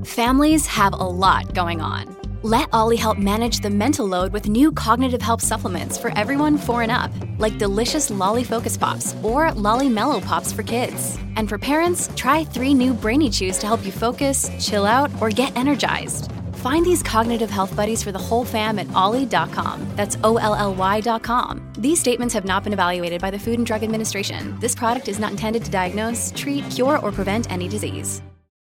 Families have a lot going on. Let Ollie help manage the mental load with new cognitive help supplements for everyone 4 and up, like delicious Lolly Focus Pops or Lolly Mellow Pops for kids. And for parents, try 3 new Brainy Chews to help you focus, chill out, or get energized. Find these cognitive health buddies for the whole fam at ollie.com. That's OLLY.com. These statements have not been evaluated by the Food and Drug Administration. This product is not intended to diagnose, treat, cure, or prevent any disease.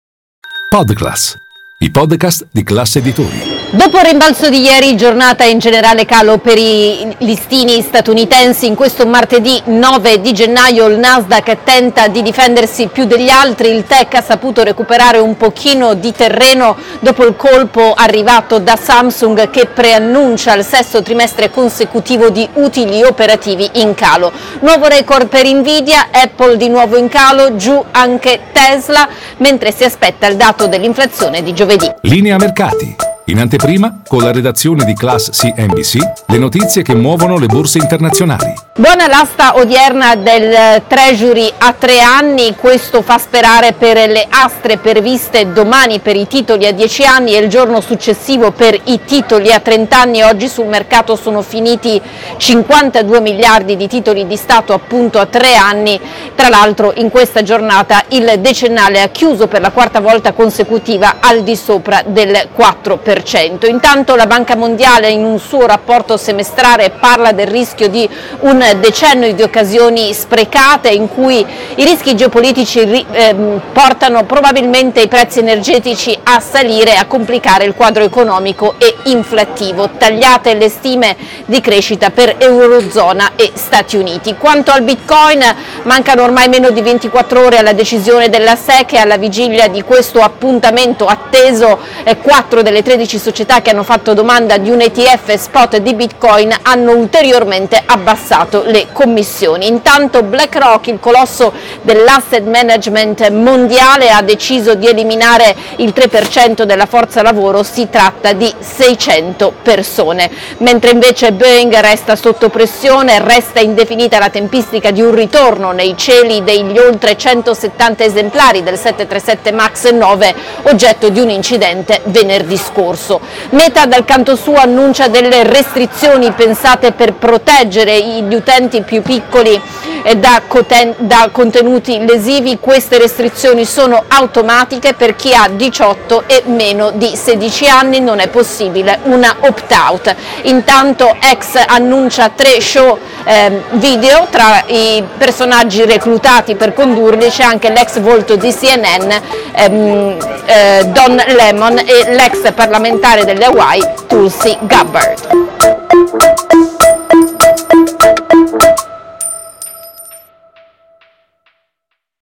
Podclass, i podcast di Class Editori. Dopo il rimbalzo di ieri, giornata in generale calo per i listini statunitensi. In questo martedì 9 di gennaio il Nasdaq tenta di difendersi più degli altri. Il tech ha saputo recuperare un pochino di terreno dopo il colpo arrivato da Samsung, che preannuncia il 6º trimestre consecutivo di utili operativi in calo. Nuovo record per Nvidia, Apple di nuovo in calo, giù anche Tesla, mentre si aspetta il dato dell'inflazione di giovedì. Linea mercati. In anteprima, con la redazione di Class CNBC, le notizie che muovono le borse internazionali. Buona l'asta odierna del Treasury a 3 anni, questo fa sperare per le astre previste domani per i titoli a 10 anni e il giorno successivo per i titoli a 30 anni. Oggi sul mercato sono finiti 52 miliardi di titoli di Stato appunto a 3 anni. Tra l'altro in questa giornata il decennale ha chiuso per la 4ª volta consecutiva al di sopra del 4%. Intanto la Banca Mondiale in un suo rapporto semestrale parla del rischio di un decennio di occasioni sprecate, in cui i rischi geopolitici portano probabilmente i prezzi energetici a salire, a complicare il quadro economico e inflattivo. Tagliate le stime di crescita per Eurozona e Stati Uniti. Quanto al Bitcoin, mancano ormai meno di 24 ore alla decisione della SEC e alla vigilia di questo appuntamento atteso 4 delle 13 società che hanno fatto domanda di un ETF spot di Bitcoin hanno ulteriormente abbassato le commissioni. Intanto BlackRock, il colosso dell'asset management mondiale, ha deciso di eliminare il 3% della forza lavoro, si tratta di 600 persone, mentre invece Boeing resta sotto pressione, resta indefinita la tempistica di un ritorno nei cieli degli oltre 170 esemplari del 737 MAX 9 oggetto di un incidente venerdì scorso. Meta dal canto suo annuncia delle restrizioni pensate per proteggere gli utenti più piccoli da contenuti lesivi. Queste restrizioni sono automatiche per chi ha 18 e meno di 16 anni, non è possibile una opt-out. Intanto X annuncia 3 show video, tra i personaggi reclutati per condurli c'è anche l'ex volto di CNN Don Lemon e l'ex parlamentare delle Hawaii Tulsi Gabbard.